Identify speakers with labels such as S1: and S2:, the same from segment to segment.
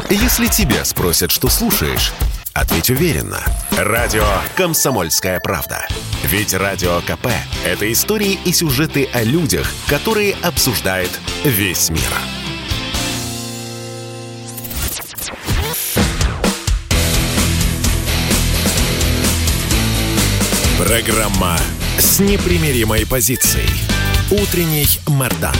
S1: Если тебя спросят, что слушаешь, ответь уверенно. Радио «Комсомольская правда». Ведь Радио КП – это истории и сюжеты о людях, которые обсуждает весь мир. Программа с непримиримой позицией. Утренний Мардан.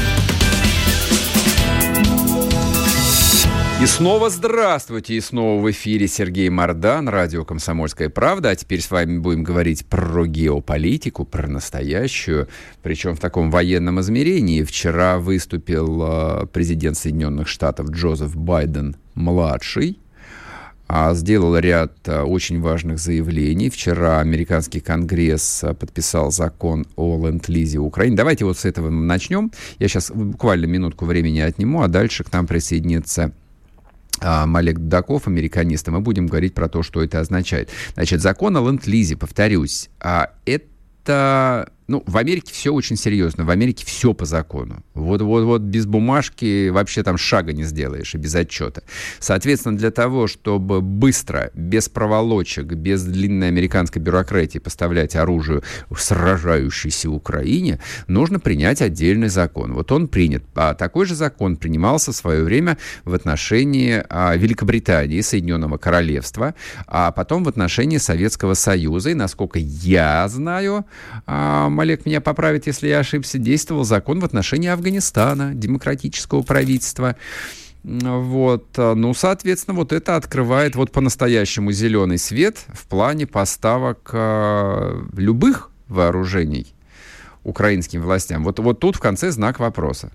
S2: И снова здравствуйте, и снова в эфире Сергей Мардан, радио «Комсомольская правда». А теперь с вами будем говорить про геополитику, про настоящую, причем в таком военном измерении. Вчера выступил президент Соединенных Штатов Джозеф Байден-младший, сделал ряд очень важных заявлений. Вчера американский Конгресс подписал закон о ленд-лизе Украины. Давайте вот с этого начнем. Я сейчас буквально минутку времени отниму, а дальше к нам присоединится Олег Дудаков, американист, и мы будем говорить про то, что это означает. Значит, закон о ленд-лизе, повторюсь, это... в Америке все очень серьезно, в Америке все по закону. Вот без бумажки вообще там шага не сделаешь и без отчета. Соответственно, для того, чтобы быстро, без проволочек, без длинной американской бюрократии поставлять оружие в сражающейся Украине, нужно принять отдельный закон. Вот он принят. А такой же закон принимался в свое время в отношении Великобритании, Соединенного Королевства, а потом в отношении Советского Союза. И, насколько я знаю, Олег меня поправит, если я ошибся, действовал закон в отношении Афганистана, демократического правительства. Соответственно, вот это открывает по-настоящему зеленый свет в плане поставок любых вооружений украинским властям. Вот тут в конце знак вопроса.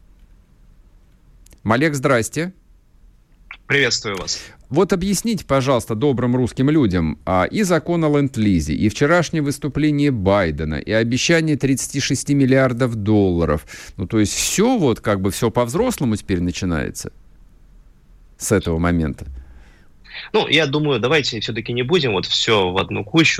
S2: Олег, здрасте.
S3: Приветствую вас.
S2: Вот объясните, пожалуйста, добрым русским людям и закон о ленд-лизе, и вчерашнее выступление Байдена, и обещание 36 миллиардов долларов. То есть все все по-взрослому теперь начинается с этого момента.
S3: Я думаю, давайте все-таки не будем все в одну кучу,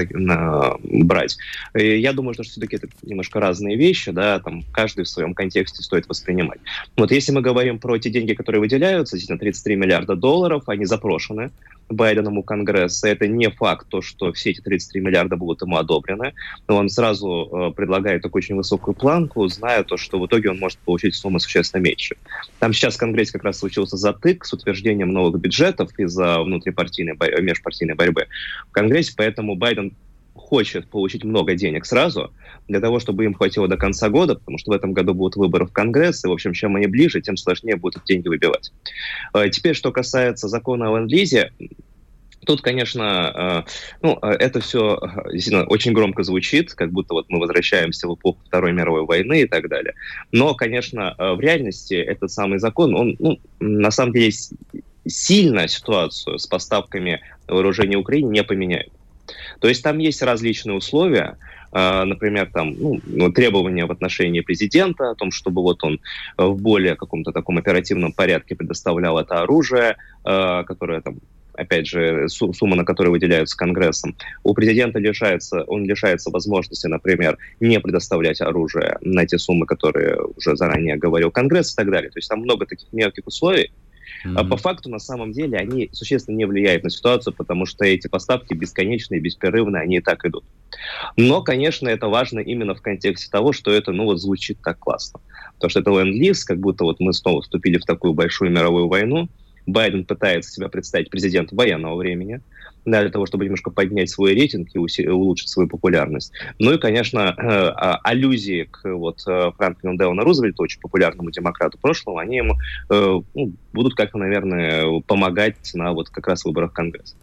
S3: брать. Я думаю, что все-таки это немножко разные вещи, каждый в своем контексте стоит воспринимать. Если мы говорим про те деньги, которые выделяются, действительно 33 миллиарда долларов, они запрошены Байденом у Конгресса. Это не факт, что все эти 33 миллиарда будут ему одобрены. Но он сразу предлагает такую очень высокую планку, зная что в итоге он может получить сумму существенно меньше. Там сейчас в Конгрессе как раз случился затык с утверждением новых бюджетов из-за внутрипартийной, межпартийной борьбы в Конгрессе, поэтому Байден хочет получить много денег сразу, для того, чтобы им хватило до конца года, потому что в этом году будут выборы в Конгресс, и, в общем, чем они ближе, тем сложнее будут деньги выбивать. Теперь, что касается закона о ленд-лизе, тут, конечно, это все действительно очень громко звучит, как будто мы возвращаемся в эпоху Второй мировой войны и так далее. Но, конечно, в реальности этот самый закон, он на самом деле сильно ситуацию с поставками вооружения Украине не поменяет. То есть там есть различные условия, например, требования в отношении президента о том, чтобы он в более каком-то таком оперативном порядке предоставлял это оружие, которое опять же, сумма, на которую выделяются Конгрессом. У президента лишается возможности, например, не предоставлять оружие на те суммы, которые уже заранее говорил Конгресс и так далее. То есть там много таких мелких условий. А по факту, на самом деле, они существенно не влияют на ситуацию, потому что эти поставки бесконечные, беспрерывные, они и так идут. Но, конечно, это важно именно в контексте того, что это, звучит так классно. Потому что это ленд-лиз, как будто мы снова вступили в такую большую мировую войну. Байден пытается себя представить президентом военного времени, для того, чтобы немножко поднять свой рейтинг и улучшить свою популярность. И, конечно, аллюзии к Франклину Делано Рузвельту, очень популярному демократу прошлого, они ему будут как-то, наверное, помогать на как раз выборах Конгресса.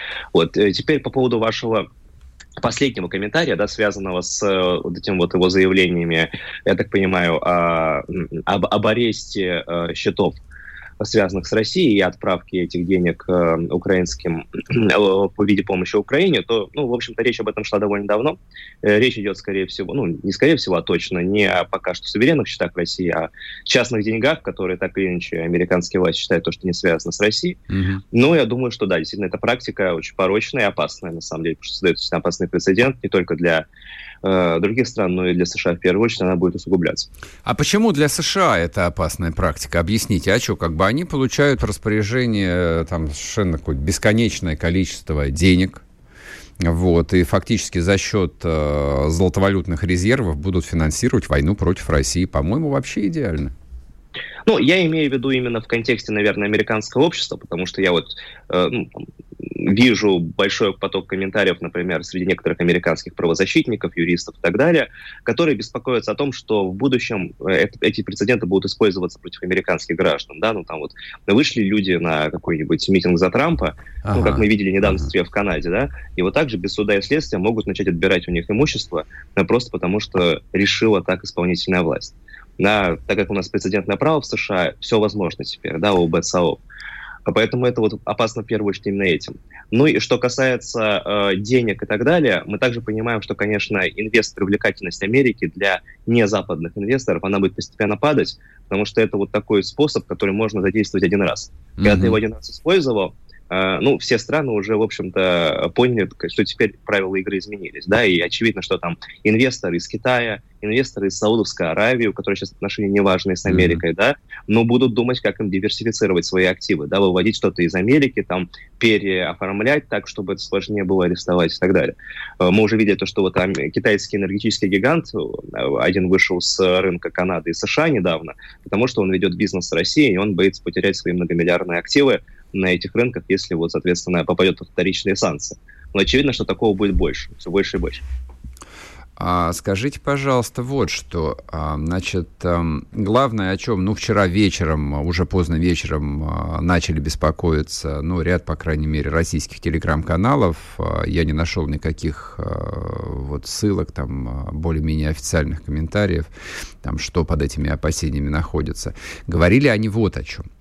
S3: Теперь по поводу вашего последнего комментария, связанного с его заявлениями, я так понимаю, об аресте счетов, связанных с Россией, и отправки этих денег украинским по виде помощи Украине, то, в общем-то, речь об этом шла довольно давно. Речь идет, скорее всего, не скорее всего, а точно, не о пока что суверенных счетах России, а частных деньгах, которые так или иначе американские власти считают, что не связано с Россией. Но я думаю, что да, действительно, эта практика очень порочная и опасная, на самом деле, потому что создается опасный прецедент не только для других стран, но и для США в первую очередь она будет усугубляться.
S2: А почему для США это опасная практика? Объясните, они получают в распоряжение там совершенно какое-то бесконечное количество денег, и фактически за счет золотовалютных резервов будут финансировать войну против России. По-моему, вообще идеально.
S3: Я имею в виду именно в контексте, наверное, американского общества, потому что я вижу большой поток комментариев, например, среди некоторых американских правозащитников, юристов и так далее, которые беспокоятся о том, что в будущем эти прецеденты будут использоваться против американских граждан. Да? Вышли люди на какой-нибудь митинг за Трампа, как мы видели недавно в Канаде, да? И вот также без суда и следствия могут начать отбирать у них имущество, просто потому что решила так исполнительная власть. Да, так как у нас прецедентное право в США, все возможно теперь, да, у БЦО. Поэтому это опасно в первую очередь именно этим. И что касается денег и так далее, мы также понимаем, что, конечно, привлекательность Америки для незападных инвесторов, она будет постепенно падать, потому что это такой способ, который можно задействовать один раз. Когда ты его один раз использовал, все страны уже, в общем-то, поняли, что теперь правила игры изменились, да, и очевидно, что там инвесторы из Китая, инвесторы из Саудовской Аравии, у которых сейчас отношения неважные с Америкой, да, но будут думать, как им диверсифицировать свои активы, да, выводить что-то из Америки, там, переоформлять так, чтобы это сложнее было арестовать и так далее. Мы уже видели то, что китайский энергетический гигант, один вышел с рынка Канады и США недавно, потому что он ведет бизнес с Россией, и он боится потерять свои многомиллиардные активы на этих рынках, если, соответственно, попадет под вторичные санкции. Но очевидно, что такого будет больше, все больше и больше.
S2: Скажите, пожалуйста, вот что. Главное, о чем, вчера вечером, уже поздно вечером начали беспокоиться, ряд, по крайней мере, российских телеграм-каналов. Я не нашел никаких ссылок, более-менее официальных комментариев, что под этими опасениями находится. Говорили они вот о чем.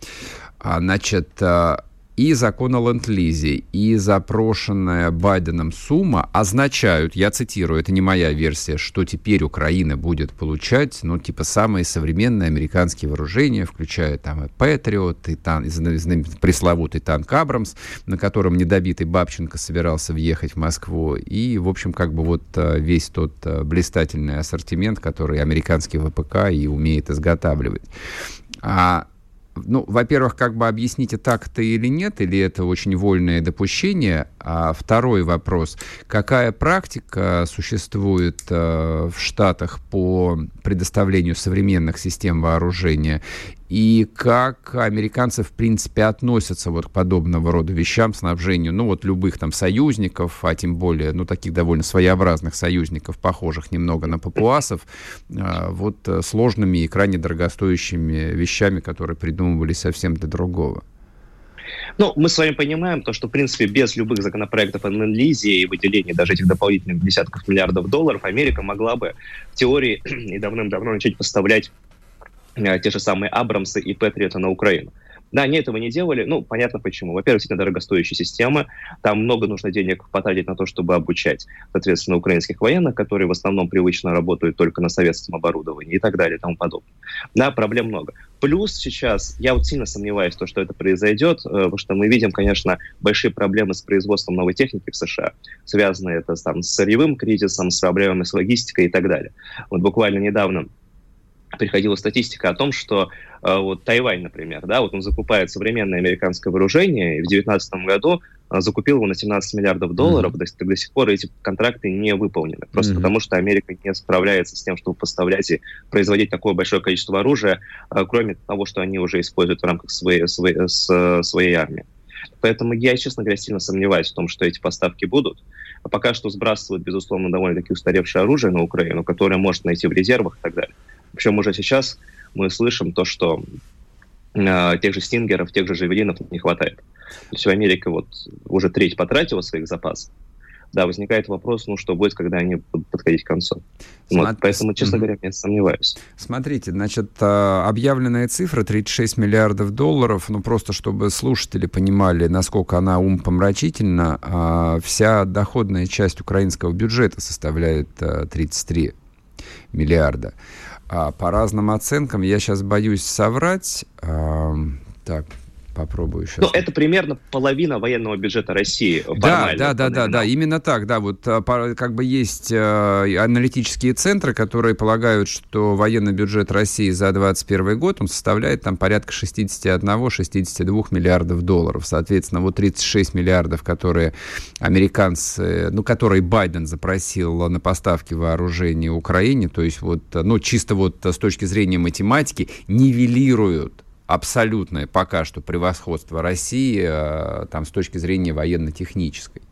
S2: И закон о ленд-лизе, и запрошенная Байденом сумма означают, я цитирую, это не моя версия, что теперь Украина будет получать, самые современные американские вооружения, включая и Патриот, и пресловутый танк Абрамс, на котором недобитый Бабченко собирался въехать в Москву, и, в общем, весь тот блистательный ассортимент, который американский ВПК и умеет изготавливать. Во-первых, объясните, так это или нет, или это очень вольное допущение. А второй вопрос. Какая практика существует в Штатах по предоставлению современных систем вооружения? И как американцы, в принципе, относятся к подобного рода вещам, снабжению, любых союзников, а тем более, таких довольно своеобразных союзников, похожих немного на папуасов, сложными и крайне дорогостоящими вещами, которые придумывались совсем для другого?
S3: Мы с вами понимаем то, что, в принципе, без любых законопроектов о ленд-лизе и выделения даже этих дополнительных десятков миллиардов долларов Америка могла бы в теории и давным-давно начать поставлять те же самые Абрамсы и Патриоты на Украину. Да, они этого не делали. Понятно почему. Во-первых, сильно дорогостоящие системы. Там много нужно денег потратить на то, чтобы обучать, соответственно, украинских военных, которые в основном привычно работают только на советском оборудовании и так далее и тому подобное. Да, проблем много. Плюс сейчас я сильно сомневаюсь, что это произойдет, потому что мы видим, конечно, большие проблемы с производством новой техники в США. Связано это с сырьевым кризисом, с проблемами с логистикой и так далее. Буквально недавно приходила статистика о том, что Тайвань, например, да, он закупает современное американское вооружение, и в 2019 году закупил его на 17 миллиардов долларов, до сих пор эти контракты не выполнены, просто потому что Америка не справляется с тем, чтобы поставлять и производить такое большое количество оружия, кроме того, что они уже используют в рамках своей армии. Поэтому я, честно говоря, сильно сомневаюсь в том, что эти поставки будут. А пока что сбрасывают, безусловно, довольно-таки устаревшее оружие на Украину, которое может найти в резервах и так далее. Причем уже сейчас мы слышим то, что тех же «Стингеров», тех же «Жавелинов» не хватает. То есть Америка уже треть потратила своих запасов. Да, возникает вопрос, что будет, когда они будут подходить к концу. Поэтому, честно говоря, я сомневаюсь.
S2: Смотрите, объявленная цифра 36 миллиардов долларов, просто чтобы слушатели понимали, насколько она умопомрачительна, вся доходная часть украинского бюджета составляет 33 миллиарда. По разным оценкам, я сейчас боюсь соврать, по попробую сейчас.
S3: Ну, это примерно половина военного бюджета России.
S2: Да, именно так, да, вот как бы есть аналитические центры, которые полагают, что военный бюджет России за 2021 год, он составляет там порядка 61-62 миллиардов долларов. Соответственно, вот 36 миллиардов, которые американцы, которые Байден запросил на поставки вооружений Украине, то есть вот, чисто вот с точки зрения математики, нивелируют абсолютное пока что превосходство России там, с точки зрения военно-технической.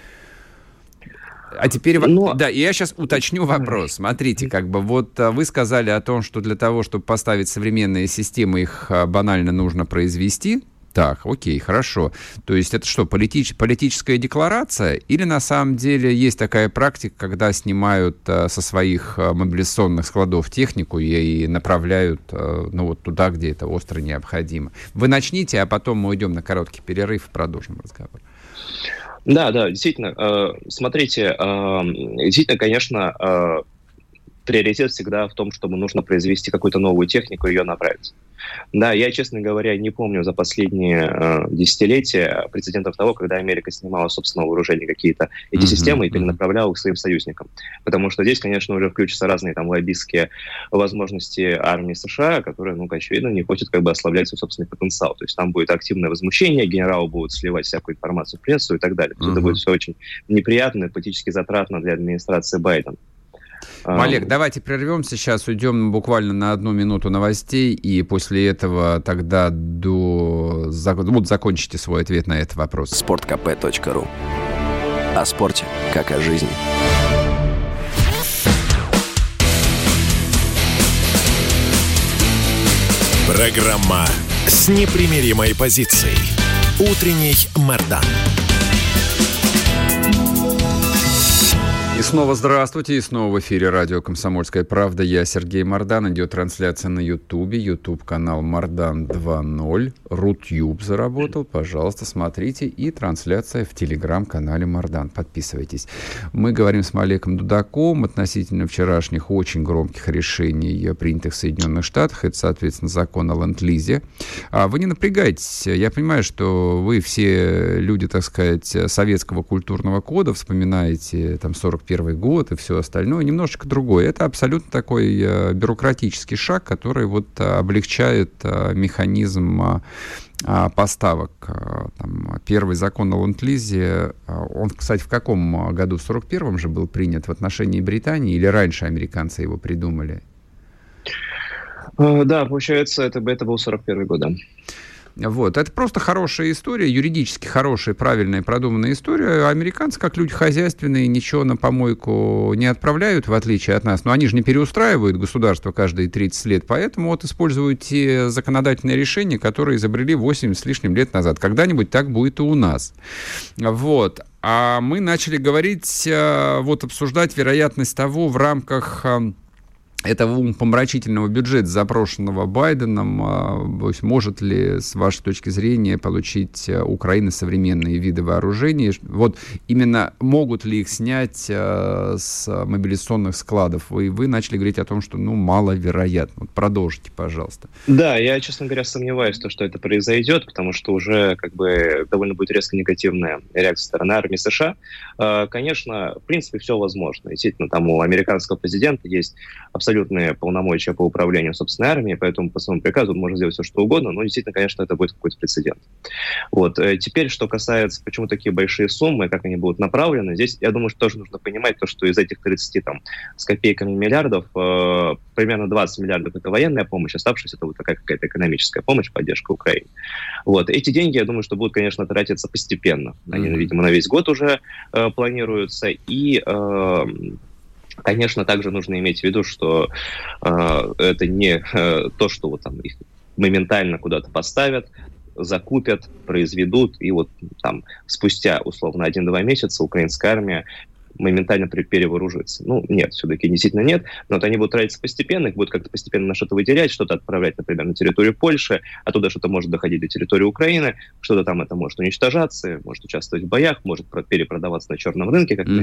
S2: А теперь, да, я сейчас уточню вопрос. Смотрите, как бы вот вы сказали о том, что для того, чтобы поставить современные системы, их банально нужно произвести. Так, окей, хорошо. То есть это что, политическая декларация? Или на самом деле есть такая практика, когда снимают со своих мобилизационных складов технику и направляют туда, где это остро необходимо? Вы начните, а потом мы уйдем на короткий перерыв и продолжим разговор.
S3: Да, действительно. Смотрите, действительно, конечно, приоритет всегда в том, чтобы нужно произвести какую-то новую технику и ее направить. Да, я, честно говоря, не помню за последние десятилетия прецедентов того, когда Америка снимала собственное вооружение какие-то эти системы и перенаправляла их своим союзникам. Потому что здесь, конечно, уже включатся разные там лоббистские возможности армии США, которые, очевидно, не хочет ослаблять свой собственный потенциал. То есть там будет активное возмущение, генералы будут сливать всякую информацию в прессу и так далее. Это будет все очень неприятно и политически затратно для администрации Байдена.
S2: Олег, давайте прервемся, сейчас уйдем буквально на 1 минуту новостей, и после этого тогда закончите свой ответ на этот вопрос.
S4: sportkp.ru. О спорте, как о жизни.
S1: Программа с непримиримой позицией. Утренний Мардан.
S2: И снова здравствуйте, и снова в эфире радио «Комсомольская правда». Я Сергей Мардан. Идет трансляция на Ютубе. Ютуб-канал Мардан 2.0. Рутюб заработал. Пожалуйста, смотрите. И трансляция в Телеграм-канале Мардан. Подписывайтесь. Мы говорим с Малеком Дудаком относительно вчерашних очень громких решений, принятых в Соединенных Штатах. Это, соответственно, закон о ленд-лизе. Вы не напрягайтесь. Я понимаю, что вы все люди, так сказать, советского культурного кода, вспоминаете там 41 год и все остальное, немножечко другое. Это абсолютно такой бюрократический шаг, который облегчает механизм поставок. Первый закон о ленд-лизе, он, кстати, в каком году? В 41-м же был принят в отношении Британии, или раньше американцы его придумали?
S3: Да, получается, это был 41 год, да.
S2: Вот. Это просто хорошая история, юридически хорошая, правильная, продуманная история. Американцы, как люди хозяйственные, ничего на помойку не отправляют, в отличие от нас. Но они же не переустраивают государство каждые 30 лет, поэтому используют те законодательные решения, которые изобрели 80 с лишним лет назад. Когда-нибудь так будет и у нас. Вот. А мы начали говорить, обсуждать вероятность того в рамках этого умопомрачительного бюджета, запрошенного Байденом, может ли, с вашей точки зрения, получить Украина современные виды вооружений? Вот именно могут ли их снять с мобилизационных складов? И вы начали говорить о том, что, маловероятно. Продолжите, пожалуйста.
S3: Да, я, честно говоря, сомневаюсь в том, что это произойдет, потому что уже довольно будет резко негативная реакция со стороны армии США. Конечно, в принципе, все возможно. Действительно, там у американского президента есть абсолютные полномочия по управлению собственной армией, поэтому по своему приказу он может сделать все, что угодно, но действительно, конечно, это будет какой-то прецедент. Теперь, что касается, почему такие большие суммы, как они будут направлены, здесь, я думаю, что тоже нужно понимать то, что из этих 30 с копейками миллиардов, примерно 20 миллиардов — это военная помощь, оставшаяся — это такая какая-то экономическая помощь, поддержка Украине. Эти деньги, я думаю, что будут, конечно, тратиться постепенно. Они, видимо, на весь год уже планируются, и конечно, также нужно иметь в виду, что это не то, что их моментально куда-то поставят, закупят, произведут, и спустя, условно, 1-2 месяца украинская армия моментально перевооружиться. Нет, все-таки действительно нет, но они будут тратиться постепенно, их будут как-то постепенно на что-то выделять, что-то отправлять, например, на территорию Польши, оттуда что-то может доходить до территории Украины, что-то там это может уничтожаться, может участвовать в боях, может перепродаваться на черном рынке, как мы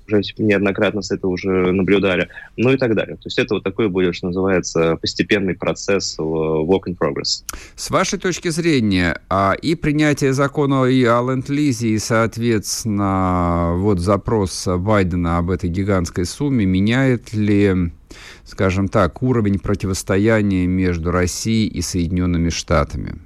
S3: уже неоднократно с этого уже наблюдали, ну и так далее. То есть это вот такой будет, что называется, постепенный процесс work in progress.
S2: С вашей точки зрения, и принятие закона и о ленд-лизе, и, соответственно, вот запрос Байдена об этой гигантской сумме меняет ли, скажем так, уровень противостояния между Россией и Соединенными Штатами?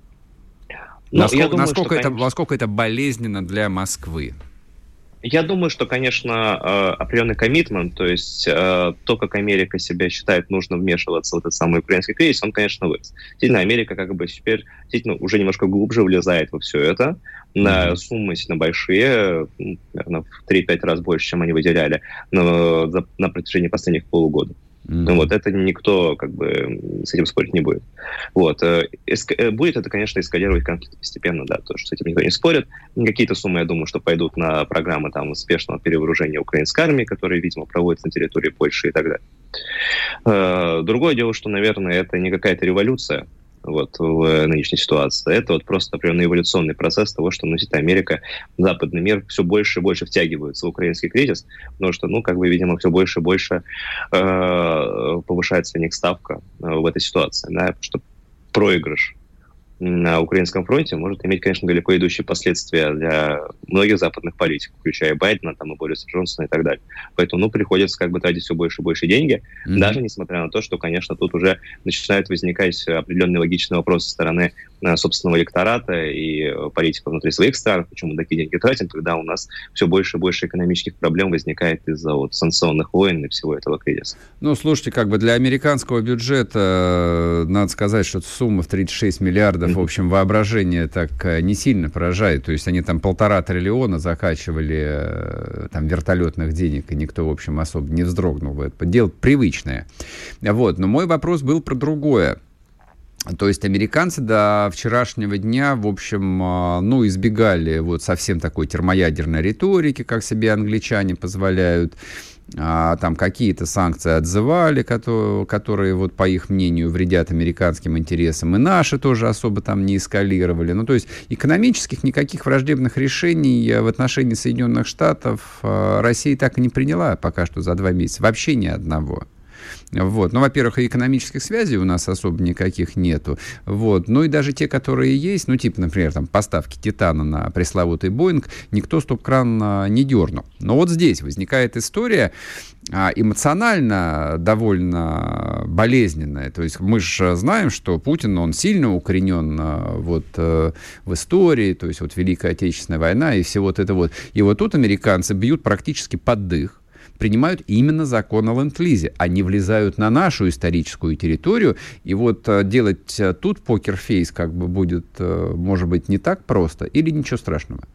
S2: Насколько это болезненно для Москвы?
S3: Я думаю, что, конечно, определенный коммитмент, то есть то, как Америка себя считает, нужно вмешиваться в этот самый украинский кризис, он, конечно, вырос. Действительно, Америка как бы теперь действительно уже немножко глубже влезает во все это. На суммы действительно большие, наверное, в 3-5 раз больше, чем они выделяли на протяжении последних полугода. Ну, вот это никто как бы с этим спорить не будет. Вот. Будет это, конечно, эскалировать конфликт постепенно, да, то, что с этим никто не спорит. Какие-то суммы, я думаю, что пойдут на программы там успешного перевооружения украинской армии, которые, видимо, проводятся на территории Польши и так далее. Другое дело, что, наверное, это не какая-то революция, вот, в нынешней ситуации. Это вот просто определенный эволюционный процесс того, что, Америка, западный мир все больше и больше втягивается в украинский кризис, потому что, как бы, видимо, все больше и больше повышается для них ставка в этой ситуации, да, потому что проигрыш на украинском фронте может иметь, конечно, далеко идущие последствия для многих западных политиков, включая Байдена, там, и Бориса Джонсона и так далее. Поэтому, приходится как бы тратить все больше и больше деньги, даже несмотря на то, что, конечно, тут уже начинают возникать определенные логичные вопросы со стороны собственного электората и политиков внутри своих стран, почему мы такие деньги тратим, когда у нас все больше и больше экономических проблем возникает из-за санкционных войн и всего этого кризиса.
S2: Слушайте, как бы для американского бюджета надо сказать, что сумма в 36 миллиардов, в общем, воображение так не сильно поражает. То есть они там 1,5 триллиона закачивали там вертолетных денег, и никто, в общем, особо не вздрогнул. Это дело привычное. Вот. Но мой вопрос был про другое. То есть американцы до вчерашнего дня, в общем, избегали вот совсем такой термоядерной риторики, как себе англичане позволяют. Там какие-то санкции отзывали, которые, вот, по их мнению, вредят американским интересам, и наши тоже особо там не эскалировали. То есть экономических никаких враждебных решений в отношении Соединенных Штатов Россия так и не приняла пока что за 2 месяца. Вообще ни одного. Вот. Во-первых, и экономических связей у нас особо никаких нету. Вот. И даже те, которые есть, типа, например, там, поставки титана на пресловутый Боинг, никто стоп-кран не дернул. Но вот здесь возникает история эмоционально довольно болезненная. То есть мы же знаем, что Путин, он сильно укоренен в истории, то есть вот Великая Отечественная война и все вот это вот. И вот тут американцы бьют практически под дых, принимают именно закон о ленд-лизе. Они влезают на нашу историческую территорию, и вот делать тут покер-фейс как бы будет, может быть, не так просто, или ничего страшного?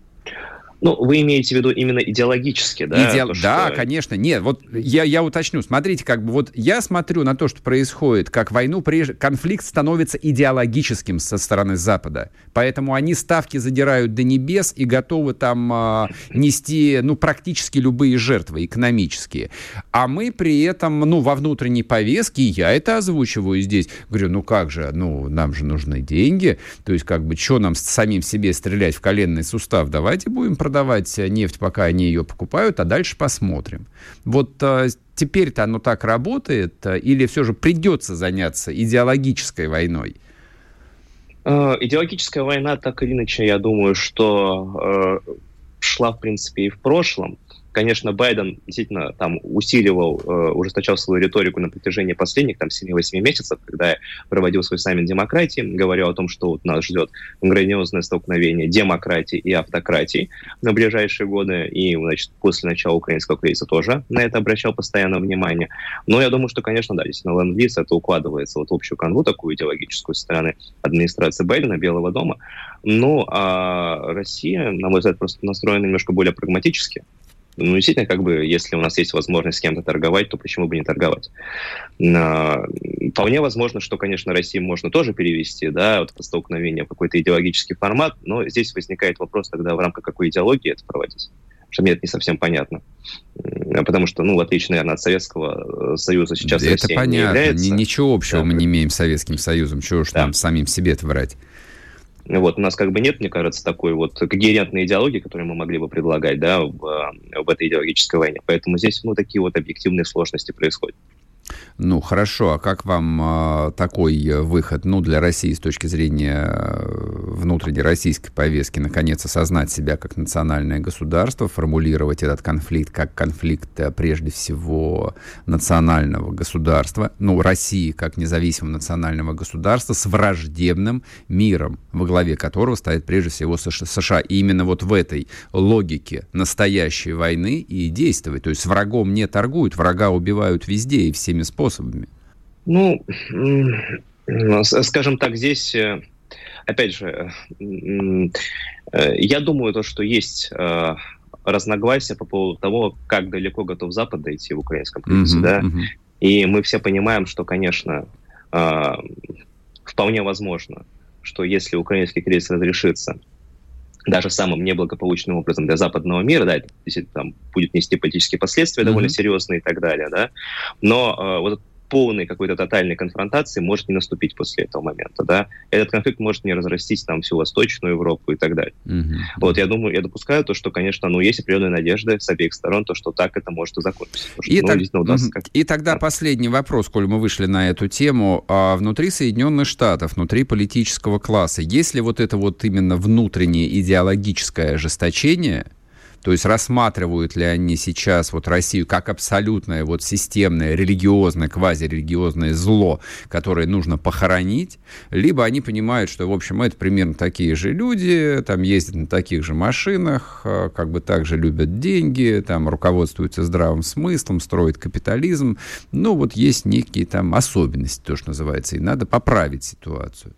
S3: Вы имеете в виду именно идеологически, да?
S2: Да, конечно. Нет, вот я уточню. Смотрите, как бы вот я смотрю на то, что происходит, как войну, конфликт становится идеологическим со стороны Запада. Поэтому они ставки задирают до небес и готовы там нести, практически любые жертвы экономические. А мы при этом, во внутренней повестке, я это озвучиваю здесь, говорю, как же, нам же нужны деньги. То есть, как бы, что нам самим себе стрелять в коленный сустав? Давайте будем продавать нефть, пока они ее покупают, а дальше посмотрим. Вот теперь-то оно так работает, или все же придется заняться идеологической войной?
S3: Идеологическая война, так или иначе, я думаю, что шла, в принципе, и в прошлом. Конечно, Байден действительно там усиливал, ужесточал свою риторику на протяжении последних 7-8 месяцев, когда проводил свой саммит демократии, говорил о том, что вот нас ждет грандиозное столкновение демократии и автократии на ближайшие годы, и, после начала украинского кризиса тоже на это обращал постоянно внимание. Но я думаю, что, конечно, да, действительно, ленд-лиз это укладывается в общую канву такую идеологическую со стороны администрации Байдена, Белого дома. А Россия, на мой взгляд, просто настроена немножко более прагматически. Действительно, как бы, если у нас есть возможность с кем-то торговать, то почему бы не торговать? Вполне возможно, что, конечно, Россию можно тоже перевести, это столкновение в какой-то идеологический формат, но здесь возникает вопрос тогда, в рамках какой идеологии это проводить. Что мне это не совсем понятно. Потому что, в отличие, наверное, от Советского Союза сейчас
S2: это
S3: Россия
S2: понятно.
S3: Не является.
S2: Ничего общего мы не имеем с Советским Союзом. Чего уж там самим себе-то врать.
S3: Вот, у нас как бы нет, мне кажется, такой вот когерентной идеологии, которую мы могли бы предлагать, да, в этой идеологической войне. Поэтому здесь, такие вот объективные сложности происходят.
S2: Ну, хорошо. А как вам такой выход, для России с точки зрения внутренней российской повестки, наконец, осознать себя как национальное государство, формулировать этот конфликт как конфликт, прежде всего, национального государства, России как независимого национального государства с враждебным миром, во главе которого стоит, прежде всего, США. И именно вот в этой логике настоящей войны и действовать. То есть с врагом не торгуют, врага убивают везде и всеми способами.
S3: Скажем так, здесь, опять же, я думаю, что есть разногласия по поводу того, как далеко готов Запад дойти в украинском кризисе, И мы все понимаем, что, конечно, вполне возможно, что если украинский кризис разрешится даже самым неблагополучным образом для западного мира, да, если там будет нести политические последствия довольно серьезные и так далее, да, но вот полной какой-то тотальной конфронтации может не наступить после этого момента, да. Этот конфликт может не разрастись там всю Восточную Европу и так далее. Вот, я допускаю то, что, конечно, есть определенная надежда с обеих сторон, то, что так это может и закончиться.
S2: И тогда последний вопрос, коль мы вышли на эту тему. Внутри Соединенных Штатов, внутри политического класса, есть ли вот это вот именно внутреннее идеологическое ожесточение? То есть рассматривают ли они сейчас вот Россию как абсолютное вот системное, религиозное, квазирелигиозное зло, которое нужно похоронить, либо они понимают, что, в общем, это примерно такие же люди, там ездят на таких же машинах, как бы так же любят деньги, там руководствуются здравым смыслом, строят капитализм. Вот есть некие там особенности, то, что называется, и надо поправить ситуацию.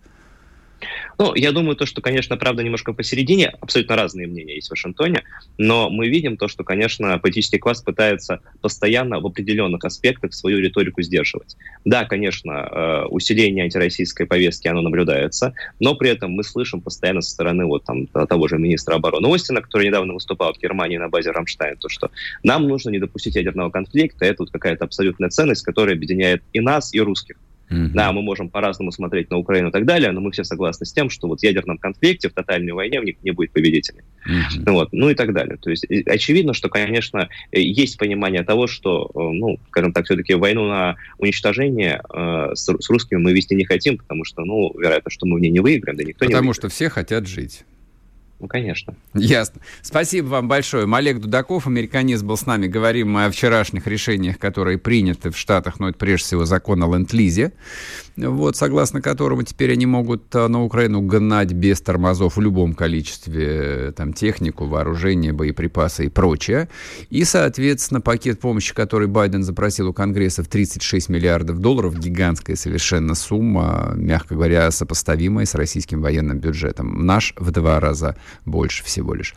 S3: Я думаю, что, конечно, правда немножко посередине, абсолютно разные мнения есть в Вашингтоне, но мы видим то, что, конечно, политический класс пытается постоянно в определенных аспектах свою риторику сдерживать. Да, конечно, усиление антироссийской повестки, оно наблюдается, но при этом мы слышим постоянно со стороны того же министра обороны Остина, который недавно выступал в Германии на базе Рамштайн, то, что нам нужно не допустить ядерного конфликта, это какая-то абсолютная ценность, которая объединяет и нас, и русских. Да, мы можем по-разному смотреть на Украину и так далее, но мы все согласны с тем, что в ядерном конфликте, в тотальной войне в них не будет победителей. И так далее. То есть очевидно, что, конечно, есть понимание того, что, скажем так, все-таки войну на уничтожение с русскими мы вести не хотим, потому что, вероятно, что мы в ней не выиграем, да никто не выиграет.
S2: Потому что все хотят жить.
S3: Конечно.
S2: Ясно. Спасибо вам большое. Олег Дудаков, американист, был с нами. Говорим мы о вчерашних решениях, которые приняты в Штатах, это прежде всего закон о ленд-лизе, согласно которому теперь они могут на Украину гнать без тормозов в любом количестве технику, вооружение, боеприпасы и прочее. И, соответственно, пакет помощи, который Байден запросил у Конгресса в $36 миллиардов, гигантская совершенно сумма, мягко говоря, сопоставимая с российским военным бюджетом. Наш в 2 раза больше всего лишь.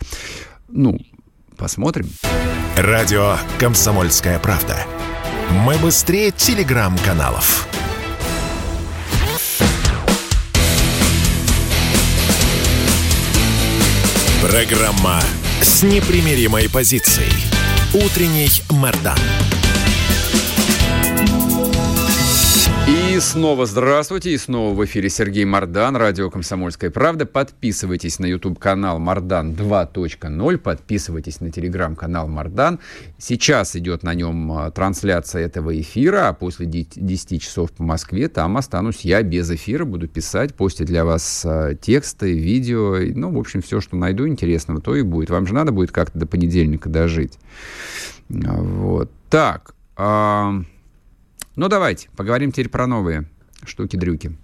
S2: Посмотрим.
S1: Радио «Комсомольская правда». Мы быстрее телеграм-каналов. Программа с непримиримой позицией. Утренний Мардан.
S2: И снова здравствуйте, и снова в эфире Сергей Мардан, радио «Комсомольская правда». Подписывайтесь на YouTube-канал Мардан 2.0, подписывайтесь на телеграм-канал Мардан. Сейчас идет на нем трансляция этого эфира, а после 10 часов по Москве там останусь я без эфира, буду писать, постить для вас тексты, видео, в общем, все, что найду интересного, то и будет. Вам же надо будет как-то до понедельника дожить. Так, давайте, поговорим теперь про новые штуки-дрюки.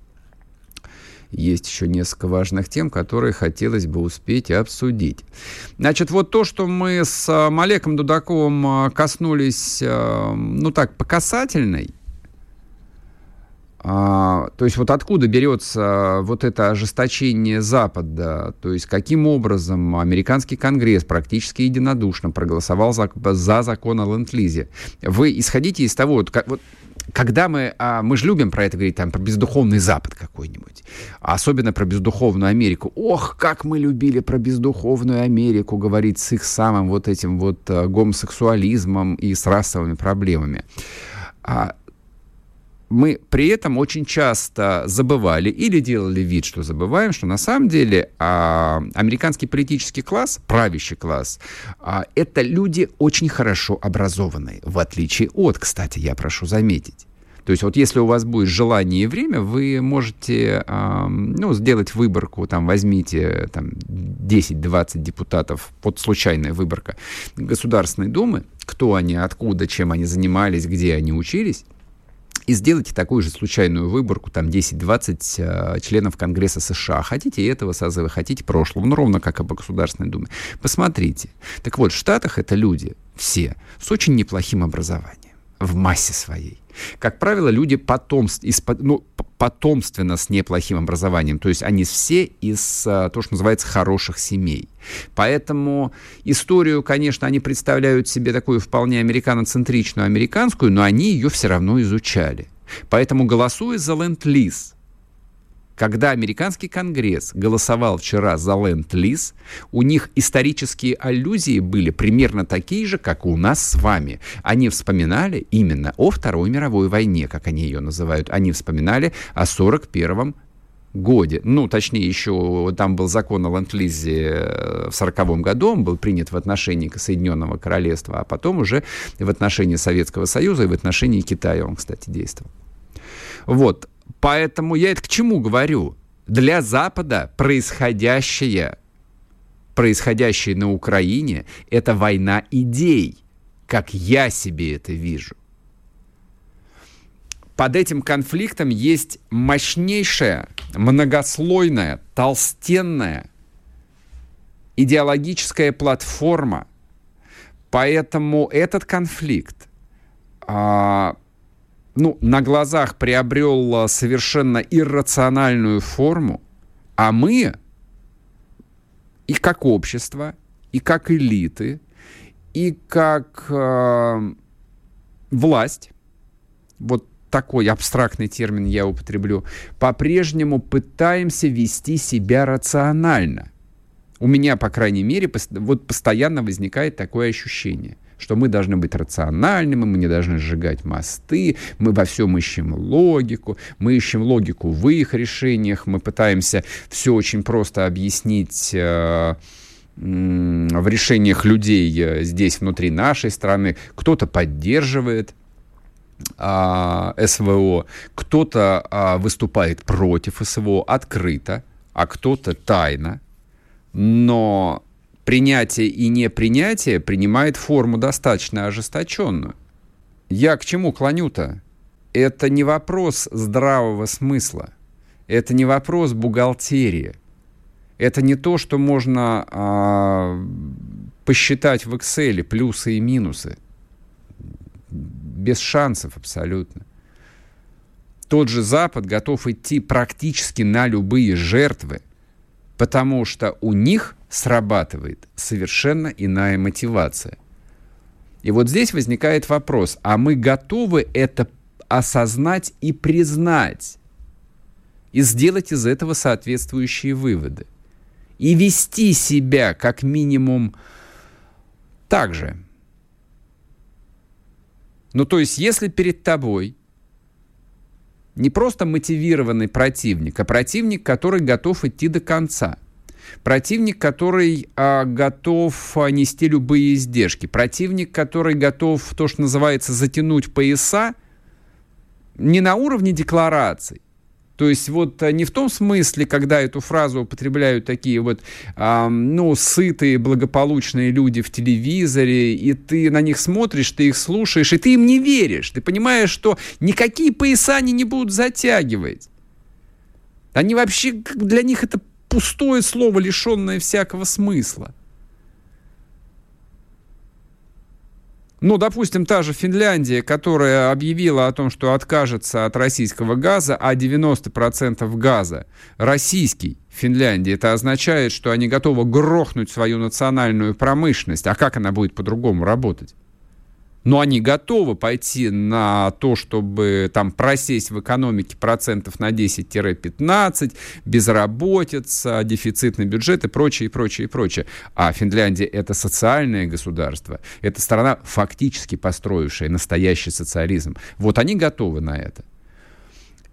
S2: Есть еще несколько важных тем, которые хотелось бы успеть обсудить. Значит, то, что мы с Олеком Дудаковым коснулись, по касательной, то есть откуда берется это ожесточение Запада, то есть каким образом американский Конгресс практически единодушно проголосовал за закон о ленд-лизе. Вы исходите из того, когда мы же любим про это говорить, про бездуховный Запад какой-нибудь, особенно про бездуховную Америку. Ох, как мы любили про бездуховную Америку говорить с их самым этим гомосексуализмом и с расовыми проблемами. мы при этом очень часто забывали или делали вид, что забываем, что на самом деле американский политический класс, правящий класс, это люди очень хорошо образованные, в отличие от, кстати, я прошу заметить. То есть вот если у вас будет желание и время, вы можете сделать выборку, возьмите 10-20 депутатов, вот случайная выборка Государственной Думы, кто они, откуда, чем они занимались, где они учились, и сделайте такую же случайную выборку, 10-20 членов Конгресса США. Хотите этого созыва, хотите прошлого, ровно как об Государственной Думе. Посмотрите. Так вот, в Штатах это люди все с очень неплохим образованием в массе своей. Как правило, люди потомственно с неплохим образованием. То есть они все из, то, что называется, хороших семей. Поэтому историю, конечно, они представляют себе такую вполне американоцентричную, американскую, но они ее все равно изучали. Поэтому, голосуя за ленд-лиз, когда американский конгресс голосовал вчера за ленд-лиз, у них исторические аллюзии были примерно такие же, как у нас с вами. Они вспоминали именно о Второй мировой войне, как они ее называют. Они вспоминали о 1941 годе. Точнее, еще там был закон о ленд-лизе в 1940 году, он был принят в отношении Соединенного Королевства, а потом уже в отношении Советского Союза и в отношении Китая он, кстати, действовал. Вот. Поэтому я это к чему говорю? Для Запада происходящее на Украине – это война идей, как я себе это вижу. Под этим конфликтом есть мощнейшая, многослойная, толстенная идеологическая платформа. Поэтому этот конфликт на глазах приобрел совершенно иррациональную форму, а мы и как общество, и как элиты, и как власть, вот такой абстрактный термин я употреблю, по-прежнему пытаемся вести себя рационально. У меня, по крайней мере, постоянно возникает такое ощущение, что мы должны быть рациональными, мы не должны сжигать мосты, мы во всем ищем логику, мы ищем логику в их решениях, мы пытаемся все очень просто объяснить в решениях людей здесь, внутри нашей страны. Кто-то поддерживает СВО, кто-то выступает против СВО открыто, а кто-то тайно, но принятие и непринятие принимает форму достаточно ожесточенную. Я к чему клоню-то? Это не вопрос здравого смысла. Это не вопрос бухгалтерии. Это не то, что можно посчитать в Excel плюсы и минусы. Без шансов абсолютно. Тот же Запад готов идти практически на любые жертвы, потому что у них срабатывает совершенно иная мотивация. И вот здесь возникает вопрос, а мы готовы это осознать и признать, и сделать из этого соответствующие выводы, и вести себя как минимум так же. То есть, если перед тобой не просто мотивированный противник, а противник, который готов идти до конца, противник, который готов нести любые издержки, противник, который готов, то, что называется, затянуть пояса, не на уровне деклараций. То есть не в том смысле, когда эту фразу употребляют такие сытые, благополучные люди в телевизоре, и ты на них смотришь, ты их слушаешь, и ты им не веришь. Ты понимаешь, что никакие пояса они не будут затягивать. Они вообще, для них это пустое слово, лишенное всякого смысла. Допустим, та же Финляндия, которая объявила о том, что откажется от российского газа, а 90% газа российский в Финляндии, это означает, что они готовы грохнуть свою национальную промышленность. А как она будет по-другому работать? Но они готовы пойти на то, чтобы просесть в экономике процентов на 10-15, безработица, дефицитный бюджет и прочее, и прочее, и прочее. А Финляндия — это социальное государство, это страна, фактически построившая настоящий социализм. Они готовы на это.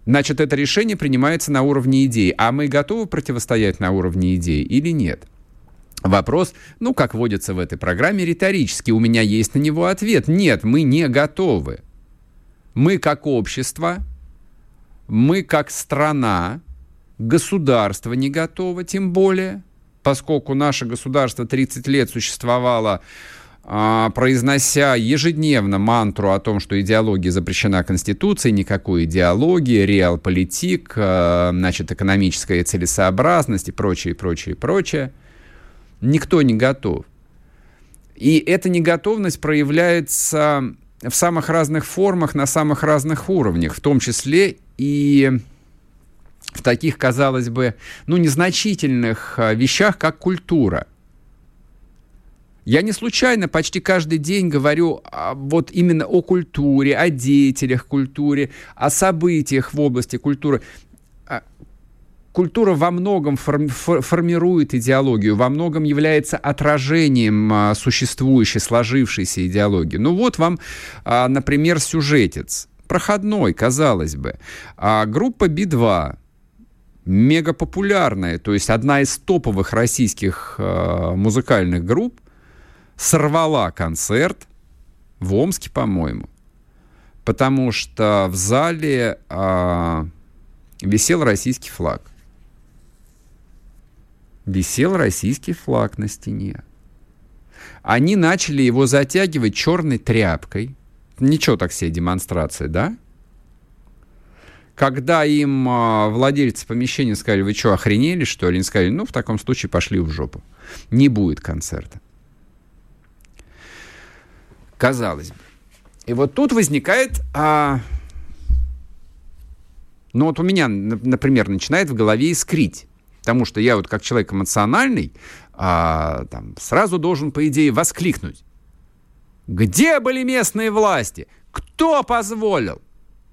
S2: Значит, это решение принимается на уровне идей. А мы готовы противостоять на уровне идей или нет? Вопрос, как водится в этой программе, риторический. У меня есть на него ответ. Нет, мы не готовы. Мы как общество, мы как страна, государство не готово, тем более, поскольку наше государство 30 лет существовало, произнося ежедневно мантру о том, что идеология запрещена Конституцией, никакой идеологии, реалполитик, экономическая целесообразность и прочее, прочее, прочее. Никто не готов. И эта неготовность проявляется в самых разных формах, на самых разных уровнях, в том числе и в таких, казалось бы, незначительных вещах, как культура. Я не случайно почти каждый день говорю вот именно о культуре, о деятелях культуры, о событиях в области культуры. Культура во многом формирует идеологию, во многом является отражением существующей, сложившейся идеологии. Вот вам, например, сюжетец. Проходной, казалось бы. Группа Би-2. Мегапопулярная, то есть одна из топовых российских музыкальных групп, сорвала концерт в Омске, по-моему, потому что в зале висел российский флаг. Висел российский флаг на стене. Они начали его затягивать черной тряпкой. Ничего так себе демонстрация, да? Когда им владельцы помещения сказали: вы что, охренели, что ли? Они сказали: в таком случае пошли в жопу. Не будет концерта. Казалось бы. И вот тут возникает... у меня, например, начинает в голове искрить. Потому что я как человек эмоциональный сразу должен, по идее, воскликнуть. Где были местные власти? Кто позволил?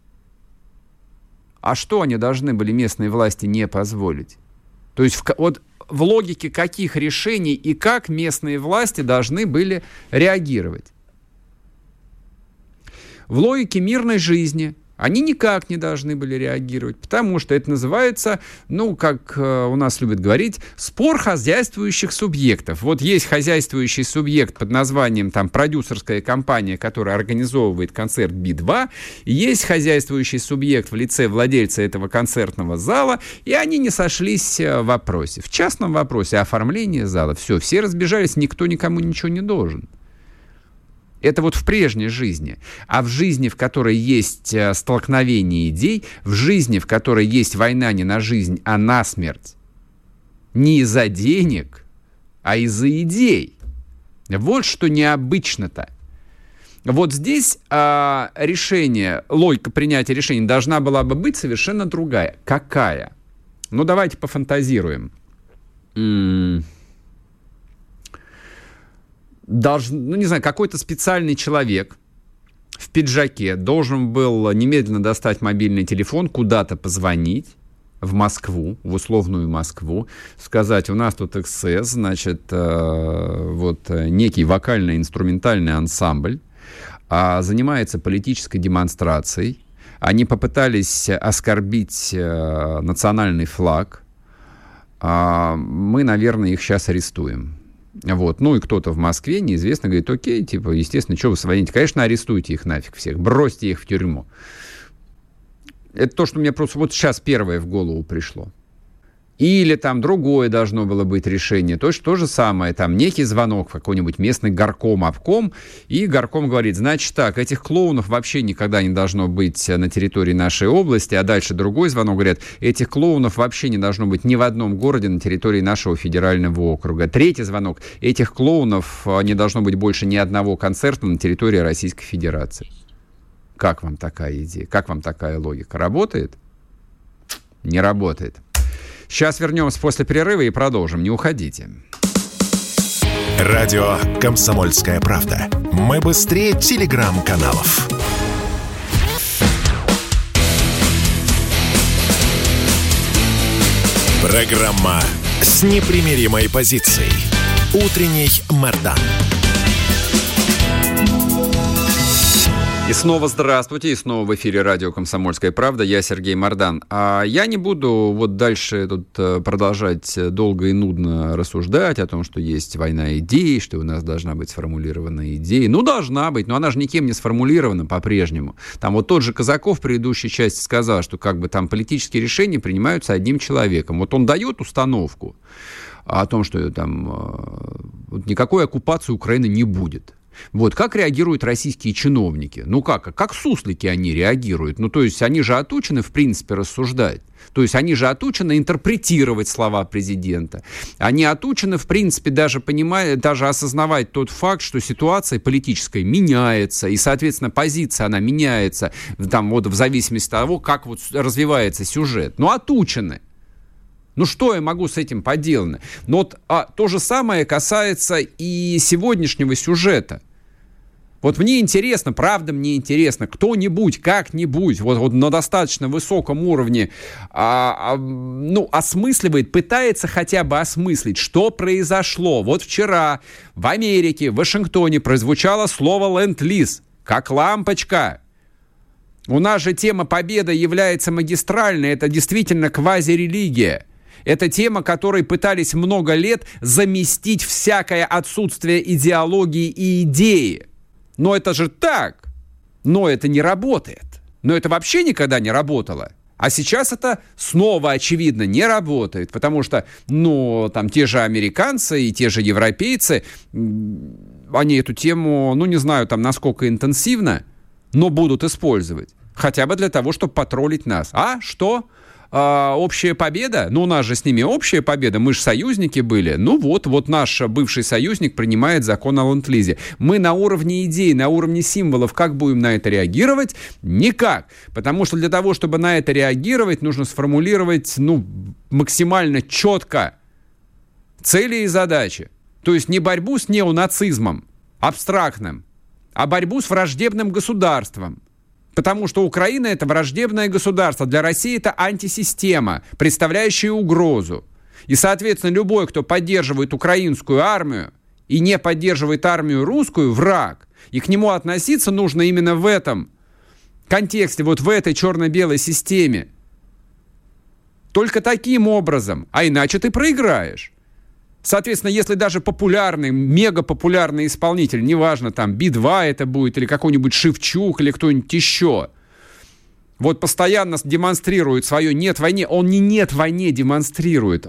S2: А что они должны были местные власти не позволить? То есть в логике каких решений и как местные власти должны были реагировать? В логике мирной жизни они никак не должны были реагировать, потому что это называется, как у нас любят говорить, спор хозяйствующих субъектов. Вот есть хозяйствующий субъект под названием продюсерская компания, которая организовывает концерт Би-2, и есть хозяйствующий субъект в лице владельца этого концертного зала, и они не сошлись в вопросе. В частном вопросе оформления зала. Все разбежались, никто никому ничего не должен. Это в прежней жизни. А в жизни, в которой есть столкновение идей, в жизни, в которой есть война не на жизнь, а на смерть, не из-за денег, а из-за идей. Вот что необычно-то. Вот здесь логика принятия решений должна была бы быть совершенно другая. Какая? Давайте пофантазируем. Какой-то специальный человек в пиджаке должен был немедленно достать мобильный телефон, куда-то позвонить в Москву, в условную Москву, сказать: у нас тут эксцесс, некий вокально-инструментальный ансамбль занимается политической демонстрацией, они попытались оскорбить национальный флаг, мы, наверное, их сейчас арестуем. И кто-то в Москве, неизвестно, говорит: окей, естественно, что вы звоните? Конечно, арестуйте их нафиг всех, бросьте их в тюрьму. Это то, что мне просто сейчас первое в голову пришло. Или другое должно было быть решение. То же самое, некий звонок в какой-нибудь местный горком, обком, и горком говорит: значит так, этих клоунов вообще никогда не должно быть на территории нашей области, а дальше другой звонок, говорят: этих клоунов вообще не должно быть ни в одном городе на территории нашего федерального округа. Третий звонок: этих клоунов не должно быть больше ни одного концерта на территории Российской Федерации. Как вам такая идея? Как вам такая логика? Работает? Не работает. Сейчас вернемся после перерыва и продолжим. Не уходите.
S1: Радио «Комсомольская правда». Мы быстрее телеграм-каналов. Программа с непримиримой позицией. Утренний Мордан.
S2: И снова здравствуйте, и снова в эфире радио «Комсомольская правда». Я Сергей Мордан. А я не буду вот дальше тут продолжать долго и нудно рассуждать о том, что есть война идей, что у нас должна быть сформулирована идея. Ну, должна быть, но она же никем не сформулирована по-прежнему. Там вот тот же Казаков в предыдущей части сказал, что как бы там политические решения принимаются одним человеком. Вот он дает установку о том, что там никакой оккупации Украины не будет. Вот, как реагируют российские чиновники? Ну как суслики они реагируют? Ну, то есть, они же отучены, в принципе, рассуждать. То есть, они же отучены интерпретировать слова президента. Они отучены, в принципе, даже осознавать тот факт, что ситуация политическая меняется, и, соответственно, позиция, она меняется там, вот, в зависимости от того, как вот развивается сюжет. Ну, отучены. Ну, что я могу с этим поделать? Но вот, то же самое касается и сегодняшнего сюжета. Вот мне интересно, правда мне интересно, кто-нибудь, как-нибудь, вот на достаточно высоком уровне осмысливает, пытается хотя бы осмыслить, что произошло. Вот вчера в Америке, в Вашингтоне прозвучало слово «ленд-лиз», как лампочка. У нас же тема победы является магистральной, это действительно квазирелигия. Это тема, которой пытались много лет заместить всякое отсутствие идеологии и идеи. Но это же так. Но это не работает. Но это вообще никогда не работало. А сейчас это снова, очевидно, не работает. Потому что, там те же американцы и те же европейцы, они эту тему, не знаю, там, насколько интенсивно, но будут использовать. Хотя бы для того, чтобы потроллить нас. А что? Общая победа? У нас же с ними общая победа, мы же союзники были. Вот наш бывший союзник принимает закон о ленд-лизе. Мы на уровне идей, на уровне символов, как будем на это реагировать? Никак. Потому что для того, чтобы на это реагировать, нужно сформулировать, максимально четко цели и задачи. То есть не борьбу с неонацизмом абстрактным, а борьбу с враждебным государством. Потому что Украина — это враждебное государство. Для России это антисистема, представляющая угрозу. И, соответственно, любой, кто поддерживает украинскую армию и не поддерживает армию русскую, враг. И к нему относиться нужно именно в этом контексте, вот в этой черно-белой системе. Только таким образом, а иначе ты проиграешь. Соответственно, если даже популярный, мегапопулярный исполнитель, неважно, там, Би-2 это будет, или какой-нибудь Шевчук, или кто-нибудь еще, вот постоянно демонстрирует свое «нет войне», он не «нет войне» демонстрирует,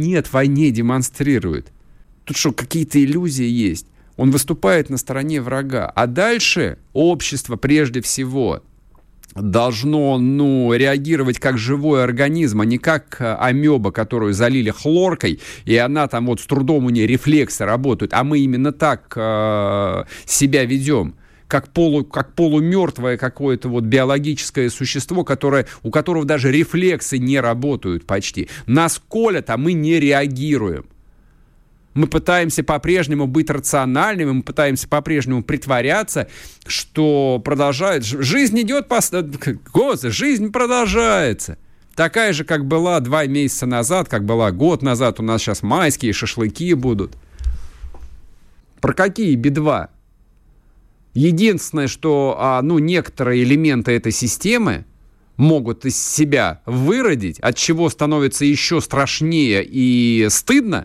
S2: Тут что, какие-то иллюзии есть? Он выступает на стороне врага. А дальше общество, прежде всего, должно, реагировать как живой организм, а не как амеба, которую залили хлоркой, и она там вот с трудом у нее рефлексы работают, а мы именно так себя ведем, как полумертвое какое-то вот биологическое существо, у которого даже рефлексы не работают почти. Нас колят, а мы не реагируем. Мы пытаемся по-прежнему быть рациональными, мы пытаемся по-прежнему притворяться, что продолжает. Жизнь идет жизнь продолжается. Такая же, как была 2 месяца назад, как была год назад. У нас сейчас майские шашлыки будут. Про какие Би-2? Единственное, что некоторые элементы этой системы могут из себя выродить, от чего становится еще страшнее и стыдно.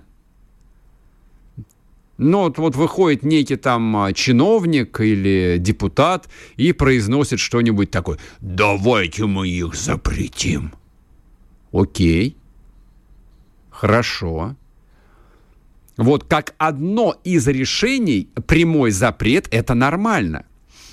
S2: Вот выходит некий там чиновник или депутат и произносит что-нибудь такое: давайте мы их запретим. Окей. Хорошо. Вот как одно из решений прямой запрет — это нормально.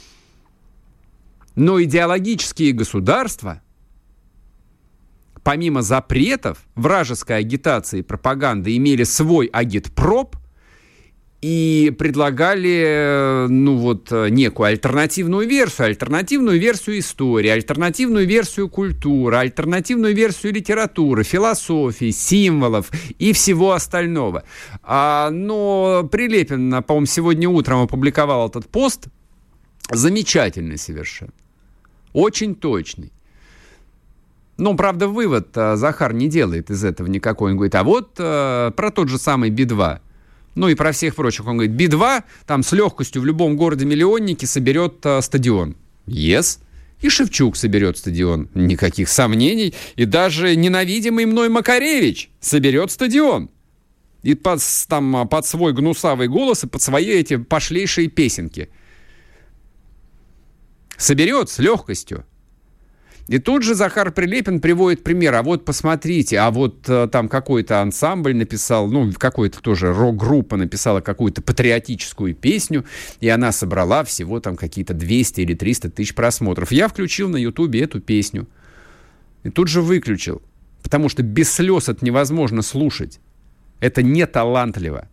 S2: Но идеологические государства, помимо запретов, вражеской агитации и пропаганды, имели свой агитпроп и предлагали, некую альтернативную версию истории, альтернативную версию культуры, альтернативную версию литературы, философии, символов и всего остального. Но Прилепин, по-моему, сегодня утром опубликовал этот пост, замечательный совершенно, очень точный. Правда, вывод Захар не делает из этого никакой. Он говорит, про тот же самый Би-2. И про всех прочих. Он говорит, Би-2 там с легкостью в любом городе-миллионнике соберет стадион. Yes. И Шевчук соберет стадион. Никаких сомнений. И даже ненавидимый мной Макаревич соберет стадион. И под свой гнусавый голос и под свои эти пошлейшие песенки. Соберет с легкостью. И тут же Захар Прилепин приводит пример. А вот посмотрите, а вот там какой-то ансамбль написал, какой-то тоже рок-группа написала какую-то патриотическую песню, и она собрала всего там какие-то 200 или 300 тысяч просмотров. Я включил на Ютубе эту песню. И тут же выключил. Потому что без слез это невозможно слушать. Это не талантливо.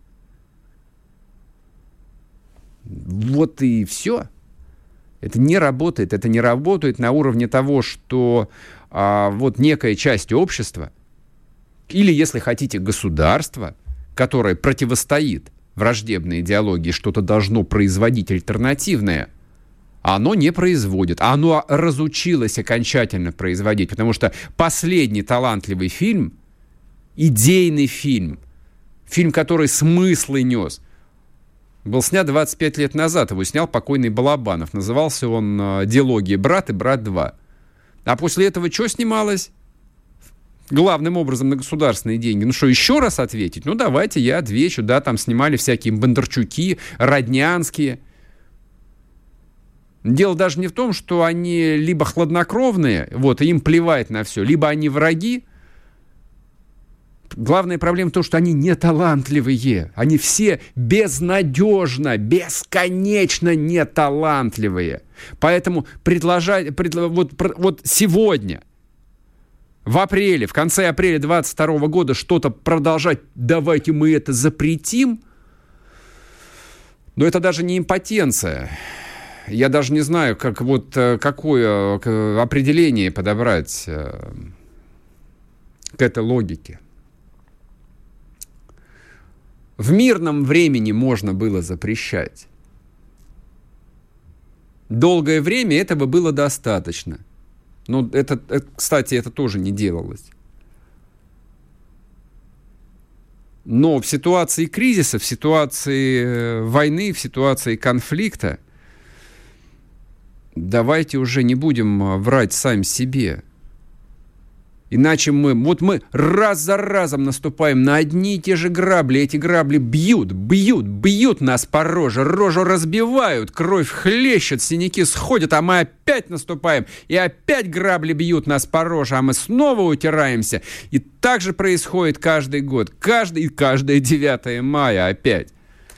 S2: Вот и все. Это не работает. Это не работает на уровне того, что вот некая часть общества, или, если хотите, государство, которое противостоит враждебной идеологии, что-то должно производить альтернативное, а оно не производит. А оно разучилось окончательно производить, потому что последний талантливый фильм, идейный фильм, который смыслы нес, был снят 25 лет назад. Его снял покойный Балабанов. Назывался он «Диалоги брат и брат 2». А после этого что снималось? Главным образом на государственные деньги. Ну что, еще раз ответить? Ну давайте я отвечу. Да, там снимали всякие Бондарчуки, Роднянские. Дело даже не в том, что они либо хладнокровные, и им плевать на все, либо они враги. Главная проблема в том, что они неталантливые. Они все безнадежно, бесконечно неталантливые. Поэтому вот сегодня, в апреле, в конце апреля 2022 года что-то продолжать, давайте мы это запретим, но это даже не импотенция. Я даже не знаю, какое определение подобрать к этой логике. В мирном времени можно было запрещать. Долгое время этого было достаточно. Но кстати, это тоже не делалось. Но в ситуации кризиса, в ситуации войны, в ситуации конфликта давайте уже не будем врать сами себе. Иначе мы раз за разом наступаем на одни и те же грабли. Эти грабли бьют нас по роже. Рожу разбивают, кровь хлещет, синяки сходят, а мы опять наступаем. И опять грабли бьют нас по роже, а мы снова утираемся. И так же происходит каждый год. Каждое 9 мая опять.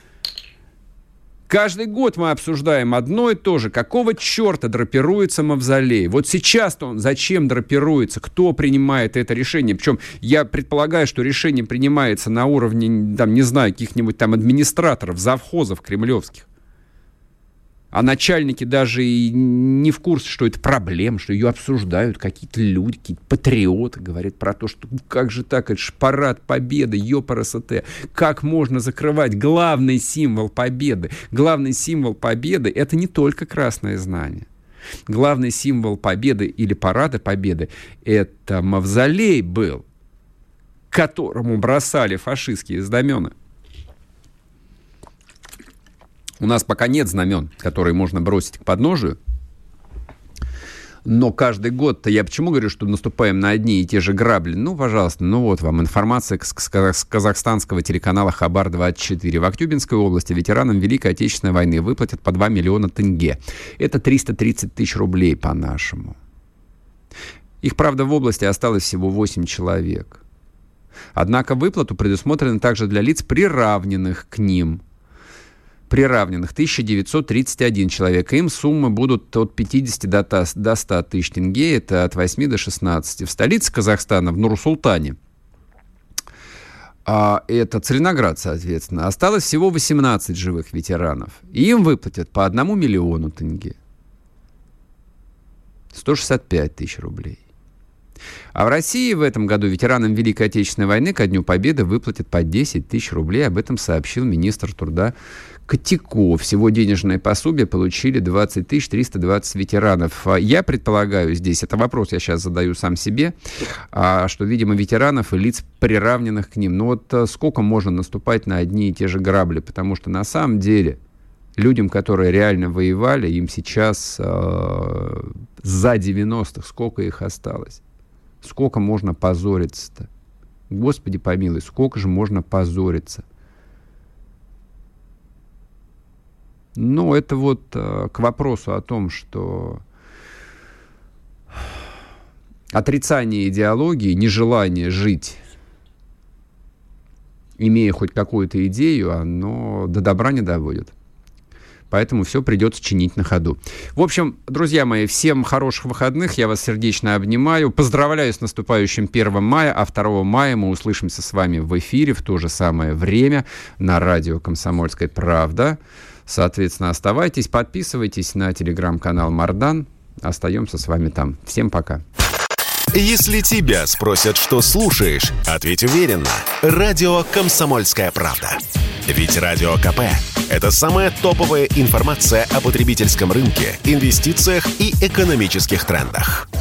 S2: Каждый год мы обсуждаем одно и то же. Какого черта драпируется мавзолей? Вот сейчас-то он зачем драпируется? Кто принимает это решение? Причем я предполагаю, что решение принимается на уровне, не знаю, каких-нибудь там администраторов, завхозов кремлевских. А начальники даже и не в курсе, что это проблема, что ее обсуждают какие-то люди, какие-то патриоты, говорят про то, что как же так, это же парад победы, ёпарасоте. Как можно закрывать главный символ победы? Главный символ победы — это не только красное знамя. Главный символ победы или парада победы — это мавзолей был, к которому бросали фашистские знамена. У нас пока нет знамен, которые можно бросить к подножию. Но каждый год-то, я почему говорю, что наступаем на одни и те же грабли? Ну, пожалуйста, вот вам информация с казахстанского телеканала Хабар-24. В Актюбинской области ветеранам Великой Отечественной войны выплатят по 2 миллиона тенге. Это 330 тысяч рублей по-нашему. Их, правда, в области осталось всего 8 человек. Однако выплату предусмотрено также для лиц, приравненных к ним. Приравненных 1931 человек. Им суммы будут от 50 до 100 тысяч тенге, это от 8 до 16. В столице Казахстана, в Нур-Султане, это Целиноград, соответственно, осталось всего 18 живых ветеранов. И им выплатят по 1 миллиону тенге. 165 тысяч рублей. А в России в этом году ветеранам Великой Отечественной войны ко Дню Победы выплатят по 10 тысяч рублей. Об этом сообщил министр труда Котяков. Всего денежное пособие получили 20 320 ветеранов. Я предполагаю здесь, это вопрос я сейчас задаю сам себе, что, видимо, ветеранов и лиц, приравненных к ним. Но вот сколько можно наступать на одни и те же грабли? Потому что на самом деле Людям, которые реально воевали, им сейчас за 90-х, сколько их осталось? Сколько можно позориться-то? Господи помилуй, сколько же можно позориться? Ну, это вот к вопросу о том, что отрицание идеологии, нежелание жить, имея хоть какую-то идею, оно до добра не доводит. Поэтому все придется чинить на ходу. В общем, друзья мои, всем хороших выходных. Я вас сердечно обнимаю. Поздравляю с наступающим 1 мая, а 2 мая мы услышимся с вами в эфире в то же самое время на радио «Комсомольская правда». Соответственно, оставайтесь, подписывайтесь на телеграм-канал Мардан. Остаемся с вами там. Всем пока.
S1: Если тебя спросят, что слушаешь, ответь уверенно. Радио «Комсомольская правда». Ведь Радио КП – это самая топовая информация о потребительском рынке, инвестициях и экономических трендах.